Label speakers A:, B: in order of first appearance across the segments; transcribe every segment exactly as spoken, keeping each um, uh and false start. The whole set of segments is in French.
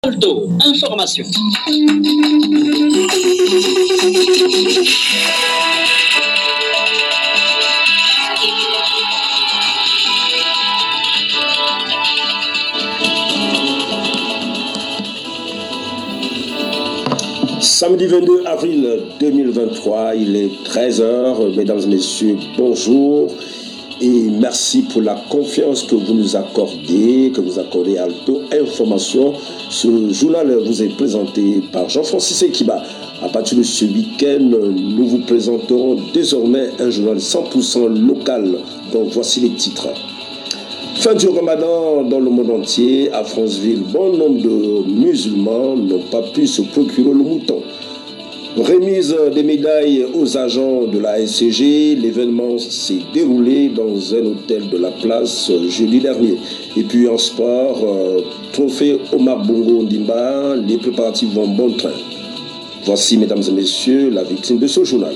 A: Alto, information.
B: Samedi vingt-deux avril deux mille vingt-trois, il est treize heures. Mesdames et messieurs, bonjour et merci pour la confiance que vous nous accordez, que vous accordez à Alto Information. Ce journal vous est présenté par Jean-Francis Ekiba. À partir de ce week-end, nous vous présenterons désormais un journal cent pour cent local. Donc voici les titres. Fin du Ramadan dans le monde entier, à Franceville, bon nombre de musulmans n'ont pas pu se procurer le mouton. Remise des médailles aux agents de la S C G, l'événement s'est déroulé dans un hôtel de la place jeudi dernier. Et puis en sport, euh, trophée Omar Bongo Ndimba, les préparatifs vont bon train. Voici, mesdames et messieurs, la victime de ce journal.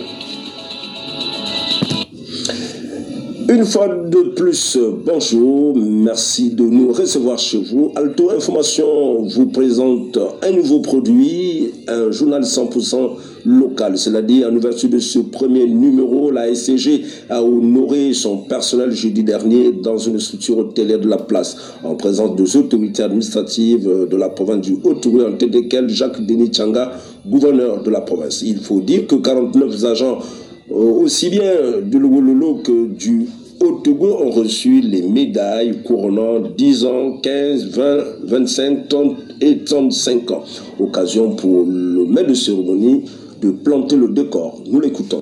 B: Une fois de plus, bonjour, merci de nous recevoir chez vous. Alto Information vous présente un nouveau produit, un journal cent pour cent local. C'est-à-dire, en ouverture de ce premier numéro, la S C G a honoré son personnel jeudi dernier dans une structure hôtelière de la place, en présence des autorités administratives de la province du Haut-Touré, en tête desquelles Jacques Denis Tchanga, gouverneur de la province. Il faut dire que quarante-neuf agents aussi bien du Logololo que du Haut-Togo ont reçu les médailles couronnant dix ans, quinze, vingt, vingt-cinq, trente et trente-cinq ans. Occasion pour le maître de cérémonie de planter le décor. Nous l'écoutons.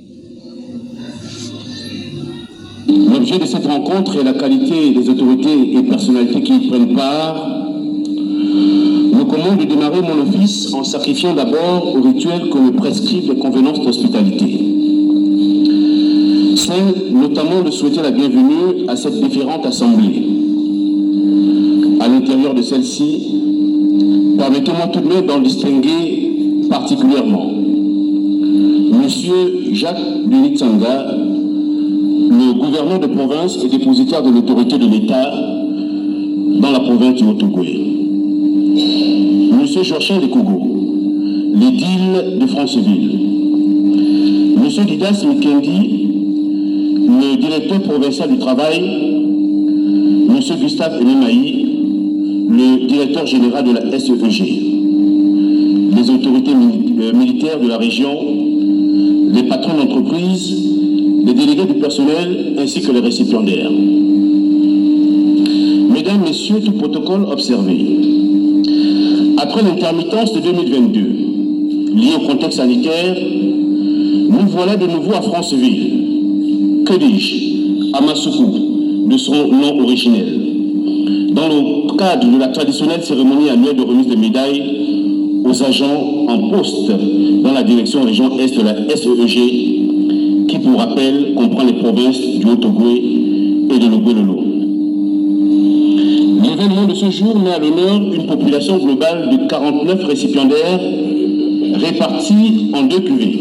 C: L'objet de cette rencontre est la qualité des autorités et personnalités qui y prennent part. Me commande de démarrer mon office en sacrifiant d'abord au rituel que me prescrivent les convenances d'hospitalité. C'est notamment de souhaiter la bienvenue à cette différente assemblée. À l'intérieur de celle-ci, permettez-moi tout de même d'en distinguer particulièrement Monsieur Jacques Denis Tchanga, le gouverneur de province et dépositaire de l'autorité de l'État dans la province du Haut-Tougoué. Monsieur Georges Lekogo, l'édile de Franceville. Monsieur Didas Mikendi, le directeur provincial du travail, M. Gustave Enemaï, le directeur général de la S E G, les autorités militaires de la région, les patrons d'entreprise, les délégués du personnel ainsi que les récipiendaires. Mesdames, Messieurs, tout protocole observé. Après l'intermittence de deux mille vingt-deux, liée au contexte sanitaire, nous voilà de nouveau à Franceville. Que dis-je, à Massoukou, de son nom originel, dans le cadre de la traditionnelle cérémonie annuelle de remise des médailles aux agents en poste dans la direction région Est de la S E G, qui, pour rappel, comprend les provinces du Haut-Tougoué et de l'Ogoué-Lolo. L'événement de ce jour met à l'honneur une population globale de quarante-neuf récipiendaires répartis en deux cuvées.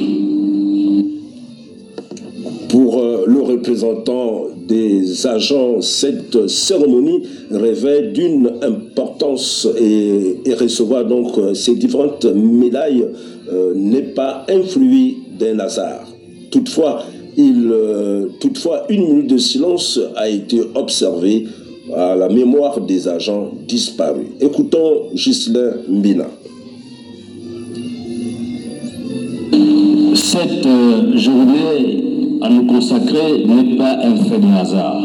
B: Pour le représentant des agents, cette cérémonie revêt d'une importance et, et recevoir donc ces différentes médailles euh, n'est pas influé d'un hasard. Toutefois, il, euh, toutefois, une minute de silence a été observée à la mémoire des agents disparus. Écoutons Ghislain Mbina.
C: Cette euh, journée à nous consacrer n'est pas un fait de hasard.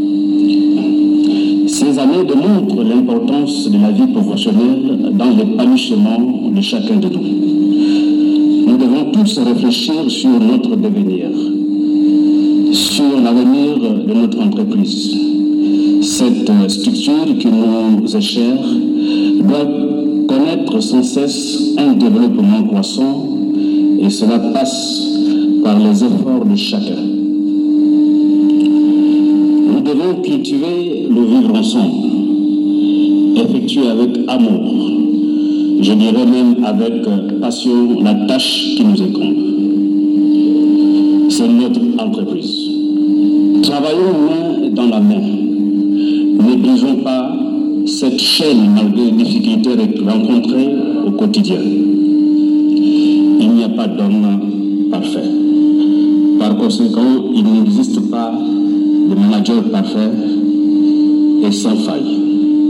C: Ces années démontrent l'importance de la vie professionnelle dans l'épanouissement de chacun de nous. Nous devons tous réfléchir sur notre devenir, sur l'avenir de notre entreprise. Cette structure qui nous est chère doit connaître sans cesse un développement croissant et cela passe par les efforts de chacun. Nous devons cultiver le vivre ensemble, effectuer avec amour, je dirais même avec passion, la tâche qui nous incombe. C'est notre entreprise. Travaillons main dans la main. N'épuisons pas cette chaîne malgré les difficultés rencontrées au quotidien. Il n'y a pas d'homme parfait. Par conséquent, il n'existe pas de manager parfait et sans faille.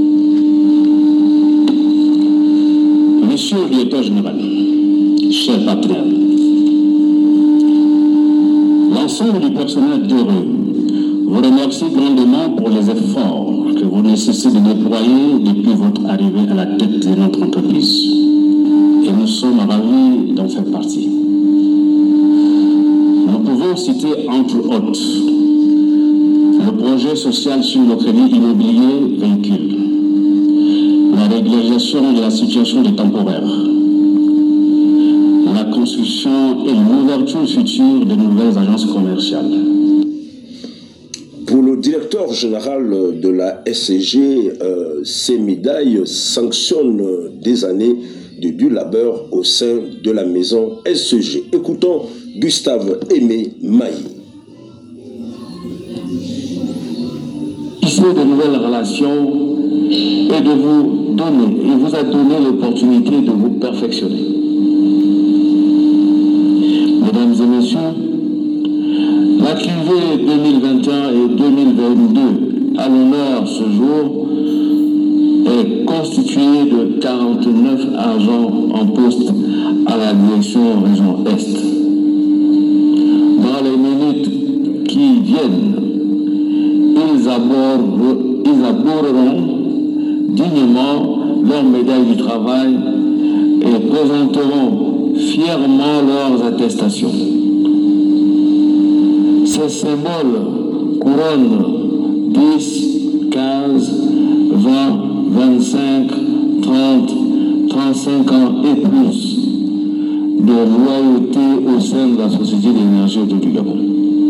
C: Monsieur le directeur général, chers partenaires, l'ensemble du personnel d'Heureux vous remercie grandement pour les efforts que vous ne cessez de déployer depuis votre arrivée à la tête de notre entreprise. Et nous sommes ravis d'en faire partie. Nous pouvons citer entre autres le projet social sur le crédit immobilier véhicule, la régularisation de la situation des temporaires, la construction et l'ouverture future de nouvelles agences commerciales.
B: Pour le directeur général de la S C G, euh, ces médailles sanctionnent des années de dur labeur au sein de la maison S C G. Écoutons Gustave Aimé Maï.
A: Tisser de nouvelles relations et de vous donner, il vous a donné l'opportunité de vous perfectionner. Mesdames et messieurs, la cuvée deux mille vingt et un et deux mille vingt-deux à l'honneur ce jour est constituée de quarante-neuf agents en poste à la direction région Est. Dans les minutes qui viennent, ils aborderont, ils aborderont dignement leur médaille du travail et présenteront fièrement leurs attestations. Ces symboles couronnent dix, quinze, vingt, vingt-cinq, trente, trente-cinq ans et plus de loyauté au sein de la Société d'énergie du Gabon.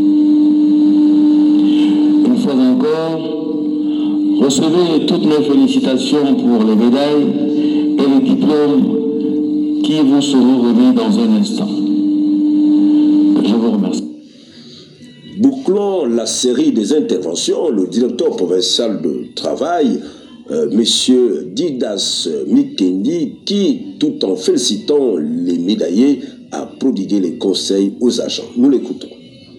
A: Une fois encore, recevez toutes mes félicitations pour les médailles et les diplômes qui vous seront remis dans un instant. Je vous remercie.
B: Bouclons la série des interventions. Le directeur provincial de travail, euh, M. Didas Mikendi, qui, tout en félicitant les médaillés, a prodigué les conseils aux agents. Nous l'écoutons.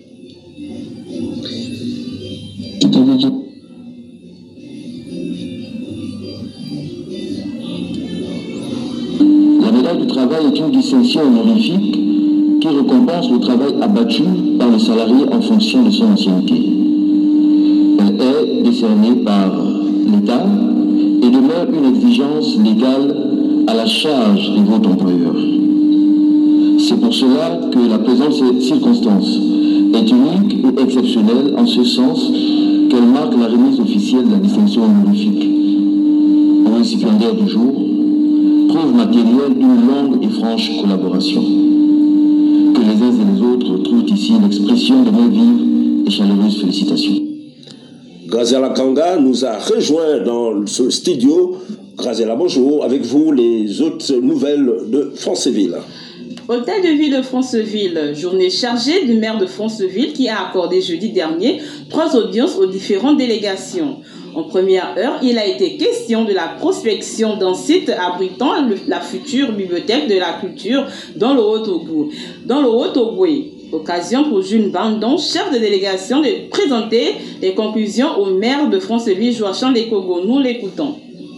A: La médaille du travail est une distinction honorifique qui récompense le travail abattu par le salarié en fonction de son ancienneté. Elle est décernée par l'État et demeure une exigence légale à la charge de votre employeur. C'est pour cela que la présente circonstance est unique et exceptionnelle en ce sens qu'elle marque la remise officielle de la distinction honorifique au récipiendaire du jour, preuve matérielle d'une longue et franche collaboration. Que les uns et les autres trouvent ici l'expression de mes vives et chaleureuses félicitations.
B: Graziela Kanga nous a rejoint dans ce studio. Graziela, bonjour. Avec vous, les autres nouvelles de Franceville.
D: Hôtel de ville de Franceville, journée chargée du maire de Franceville qui a accordé jeudi dernier trois audiences aux différentes délégations. En première heure, il a été question de la prospection d'un site abritant le, la future bibliothèque de la culture dans le Haut-Togo. Dans le Haut-Togo, occasion pour Jules Bandon, chef de délégation, de présenter les conclusions au maire de Franceville, Joachim Lekogo. Nous l'écoutons.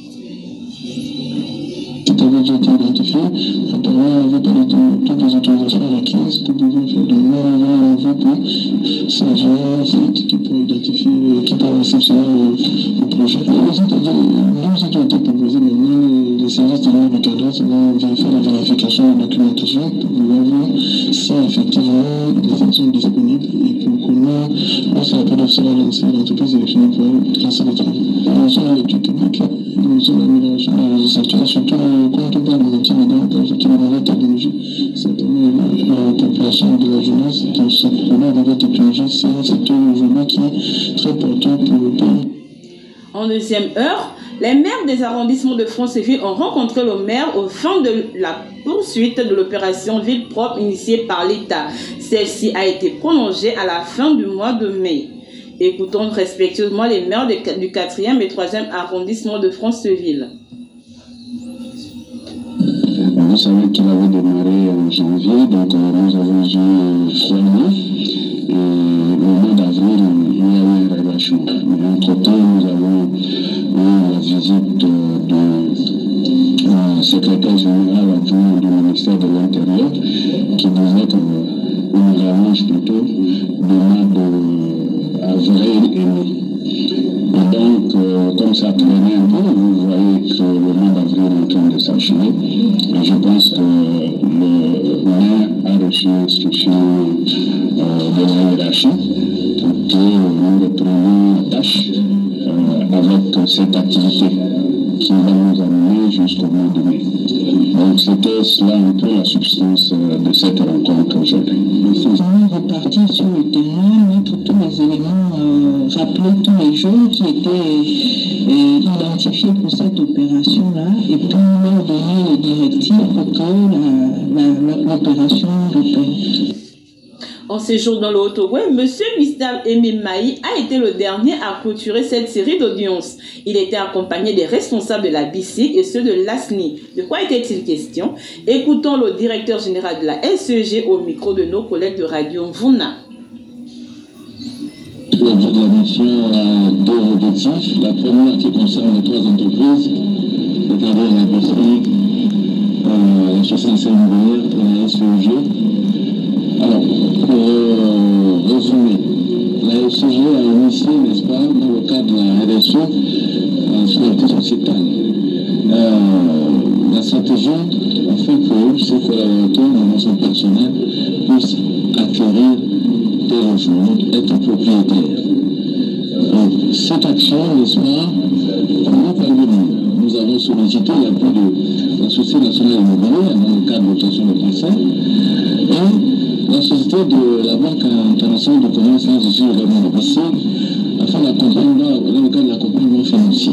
E: Tout avait été identifié, apparemment on avait parlé de toutes les autorisations requises, tout devait faire de nouveaux niveaux pour s'agir un site qui peut identifier, qui peut réceptionner le, le projet. Le site a dit, deux sites ont été proposés, maintenant les services de l'Union du cadastre vont vérifier la vérification de la documentation pour voir si effectivement les sites sont disponibles et pour comment, lorsque la période sera lancée, l'entreprise est finie pour lancer les travaux. Nous sommes dans l'étude publique, nous sommes dans l'amélioration des réseaux secteurs, surtout quand on parle de multimédia, parce que la nouvelle technologie, ça permet à la population de la jeunesse de se prendre à la nouvelle technologie. C'est un secteur aujourd'hui qui est très porteur pour le pays.
D: En deuxième heure, les maires des arrondissements de Franceville ont rencontré le maire au fin de la poursuite de l'opération Ville propre initiée par l'État. Celle-ci a été prolongée à la fin du mois de mai. Écoutons respectivement les maires du quatrième et troisième arrondissement de Franceville.
E: Vous savez qu'il avait démarré en janvier, donc nous avons eu Froidement. Et au mois d'avril, il y a eu un relâchement. Mais entre-temps, nous avons eu la visite de, de secrétaire général adjoint du ministère de l'Intérieur qui disait qu'on rallonge plutôt du mois d'avril et mai. Et donc, euh, comme ça traînait un peu, vous voyez que le mois d'avril est en train de s'achever. Et je pense que le maire a reçu l'instruction euh, de la hiérarchie pour que nous reprenions la tâche euh, avec cette activité qui va nous amener jusqu'au mois de mai. Donc c'était cela un peu la substance de cette rencontre aujourd'hui.
F: Nous sommes repartis sur le terrain, mettre tous les éléments, euh, rappeler tous les jeunes qui étaient euh, identifiés pour cette opération-là et puis leur donner les directives pour que l'opération reprenne.
D: En séjour dans le Haut-Ogooué, M. Gustave Aimé Maï a été le dernier à clôturer cette série d'audiences. Il était accompagné des responsables de la B I C I et ceux de l'A S N I. De quoi était-il question? Écoutons le directeur général de la S E G au micro de nos collègues de Radio Mvuna.
E: L'objet de la mission a deux objectifs. La première qui concerne les trois entreprises, c'est-à-dire la B I C I, euh, la Société immobilière et la S E G. Alors, pour euh, résumer, la S E G a initié, n'est-ce pas, dans le cadre de la R S E, la solidarité sociétale, euh, la stratégie a fait que ses collaborateurs, dans son personnel, puissent acquérir des logements, être propriétaires. Donc, cette action, n'est-ce pas, comment parvenir? Nous avons sollicité l'appui de la Société nationale immobilière dans le cadre de l'obtention de conseils et la société de la Banque internationale de commerce et aussi le gouvernement de B I C I afin d'accompagnement, dans le cadre de l'accompagnement financier.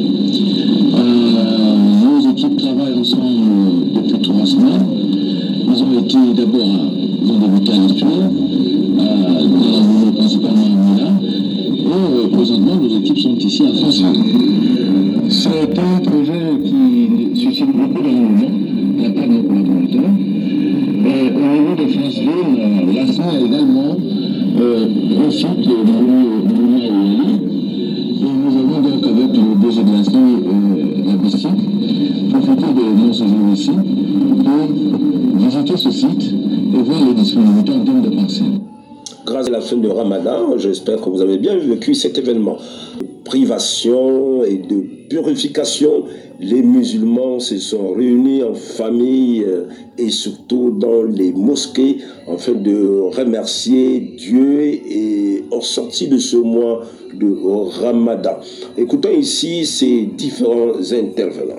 E: Euh, nos équipes travaillent ensemble depuis trois semaines. Ils ont été d'abord, ils ont débuté à l'Espire, dans la ville principalement à Milan, et euh, présentement nos équipes sont ici à Franceville. C'est un projet qui suscite beaucoup d'engouement de la part de nos collaborateurs. Et au niveau de Franceville, l'A S N I a également euh, un site de Mouna Ouali. Et nous avons donc avec le D G de l'A S N I et la B I C I profité de nos séjours ici pour visiter ce site et voir les disponibilités en termes de parcelles.
B: Grâce à la fin de Ramadan, j'espère que vous avez bien vécu cet événement. Privation et de purification, les musulmans se sont réunis en famille et surtout dans les mosquées afin de remercier Dieu et en sortie de ce mois de Ramadan. Écoutons ici ces différents intervenants.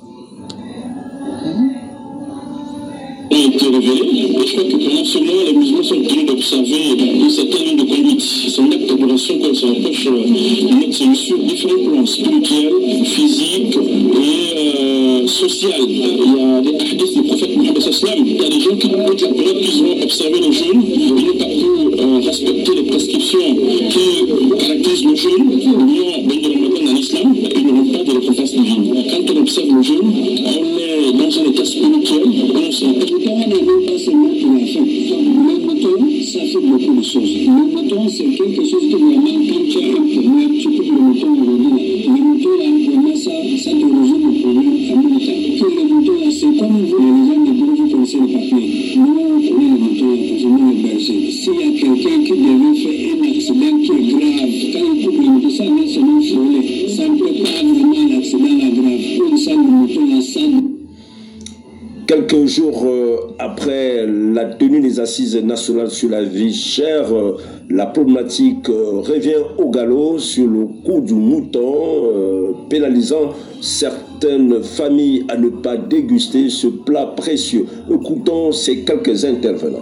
G: ont été révélés. Et je crois que pendant ce mois, les musulmans sont tenus d'observer un certain nombre de conduites. Son acte d'adoration, quand il se rapproche de notre Seigneur sur différents plans spirituels, physiques et euh, sociaux. Il y a des hadiths du prophète Mohammed sallam. Il y a des gens qui, toute la période, ils vont observer le jeûne. Ils n'ont pas pu euh, respecter les prescriptions qui caractérisent le jeûne. L'union de Ramadan en islam, ils n'auront pas de récompense divine. Quand on observe le jeûne, on est dans un état spirituel, on se rappelle. Le Coran ne veut pas seulement pour la fin. Le bouton, ça fait beaucoup de choses. Le bouton, c'est quelque chose que vraiment, quand tu as un problème, tu peux le bouton aujourd'hui. Le bouton, là, vraiment, ça, ça te résout le problème à mon état. Que le bouton, là, c'est comme vous, les gens de bureau, vous connaissez le papier. Nous, on connaît le bouton, là, parce que nous, le berger. S'il y a quelqu'un qui devait faire un accident qui est grave, quand il coupe le bouton, ça vient seulement frôler. Ça ne peut pas vraiment l'accident là grave. Comme ça, le bouton, là, ça.
B: Quelques jours euh, après la tenue des assises nationales sur la vie chère, euh, la problématique euh, revient au galop sur le coût du mouton, euh, pénalisant certaines familles à ne pas déguster ce plat précieux. Écoutons ces quelques intervenants.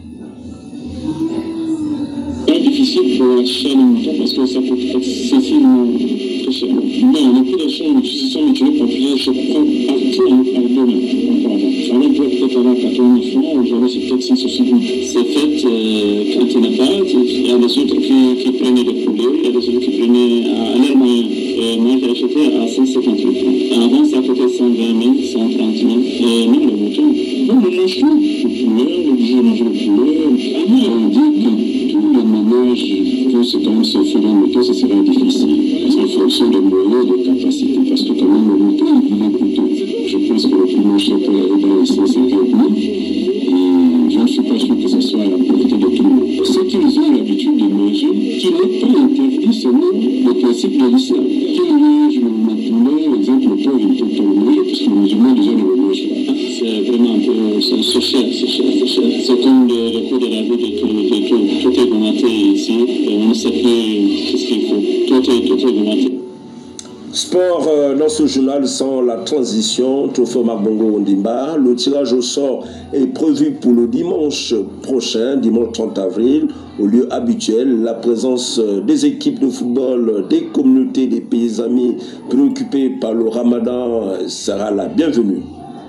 G: C'est difficile pour acheter le mouton parce que ça peut être excessivement très cher. Non, le prix d'achat de sont mutuelles populaires, je prends partout en demain. Avant, on peut peut-être avoir quatre mille francs, aujourd'hui c'est peut-être six ou six mille. C'est fait quand, euh, quand il n'y en a pas, il y a des autres qui, qui prenaient des poulets, il y a des autres qui prenaient à, à l'air moyen. Euh, moi, j'ai acheté à cent cinquante mille francs. Avant, ça coûtait cent vingt mille, cent trente mille. Euh, non, le mouton. Non, le mange tout. Le poulet, l'obligé de manger le poulet. Avant, on dit que tous les ménages puissent quand même se faire un mouton, ce sera difficile. En fonction des moyens, des capacités. Parce que quand même, le mouton, il est coûteux. Je pense que le plus moins cher peut aller dans les cent cinquante mille. Et je ne suis pas sûr que ce soit à la portée de tout le monde. Ce qu'ils ont l'habitude de manger, qui n'est pas interdit selon le principe de l'islam. Qui mange le poulet, par exemple, le porc, il peut le manger, puisque les musulmans déjà ne le mangent pas. C'est vraiment un peu, c'est cher, c'est cher, c'est cher. C'est comme le, le coût de la vie de tout, de tout, tout est augmenté ici, et on ne sait plus ce qu'il faut. Tout est, tout est augmenté.
B: Sport euh, dans ce journal sans la transition, Trophée Marbongo Ondimba. Le tirage au sort est prévu pour le dimanche prochain, dimanche trente avril, au lieu habituel. La présence des équipes de football, des communautés, des pays amis préoccupés par le ramadan sera la bienvenue.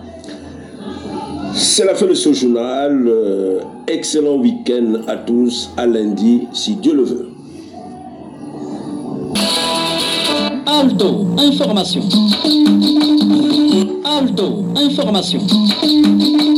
B: C'est la fin de ce journal. Euh, excellent week-end à tous, à lundi, si Dieu le veut.
H: Alto, information. Alto, information.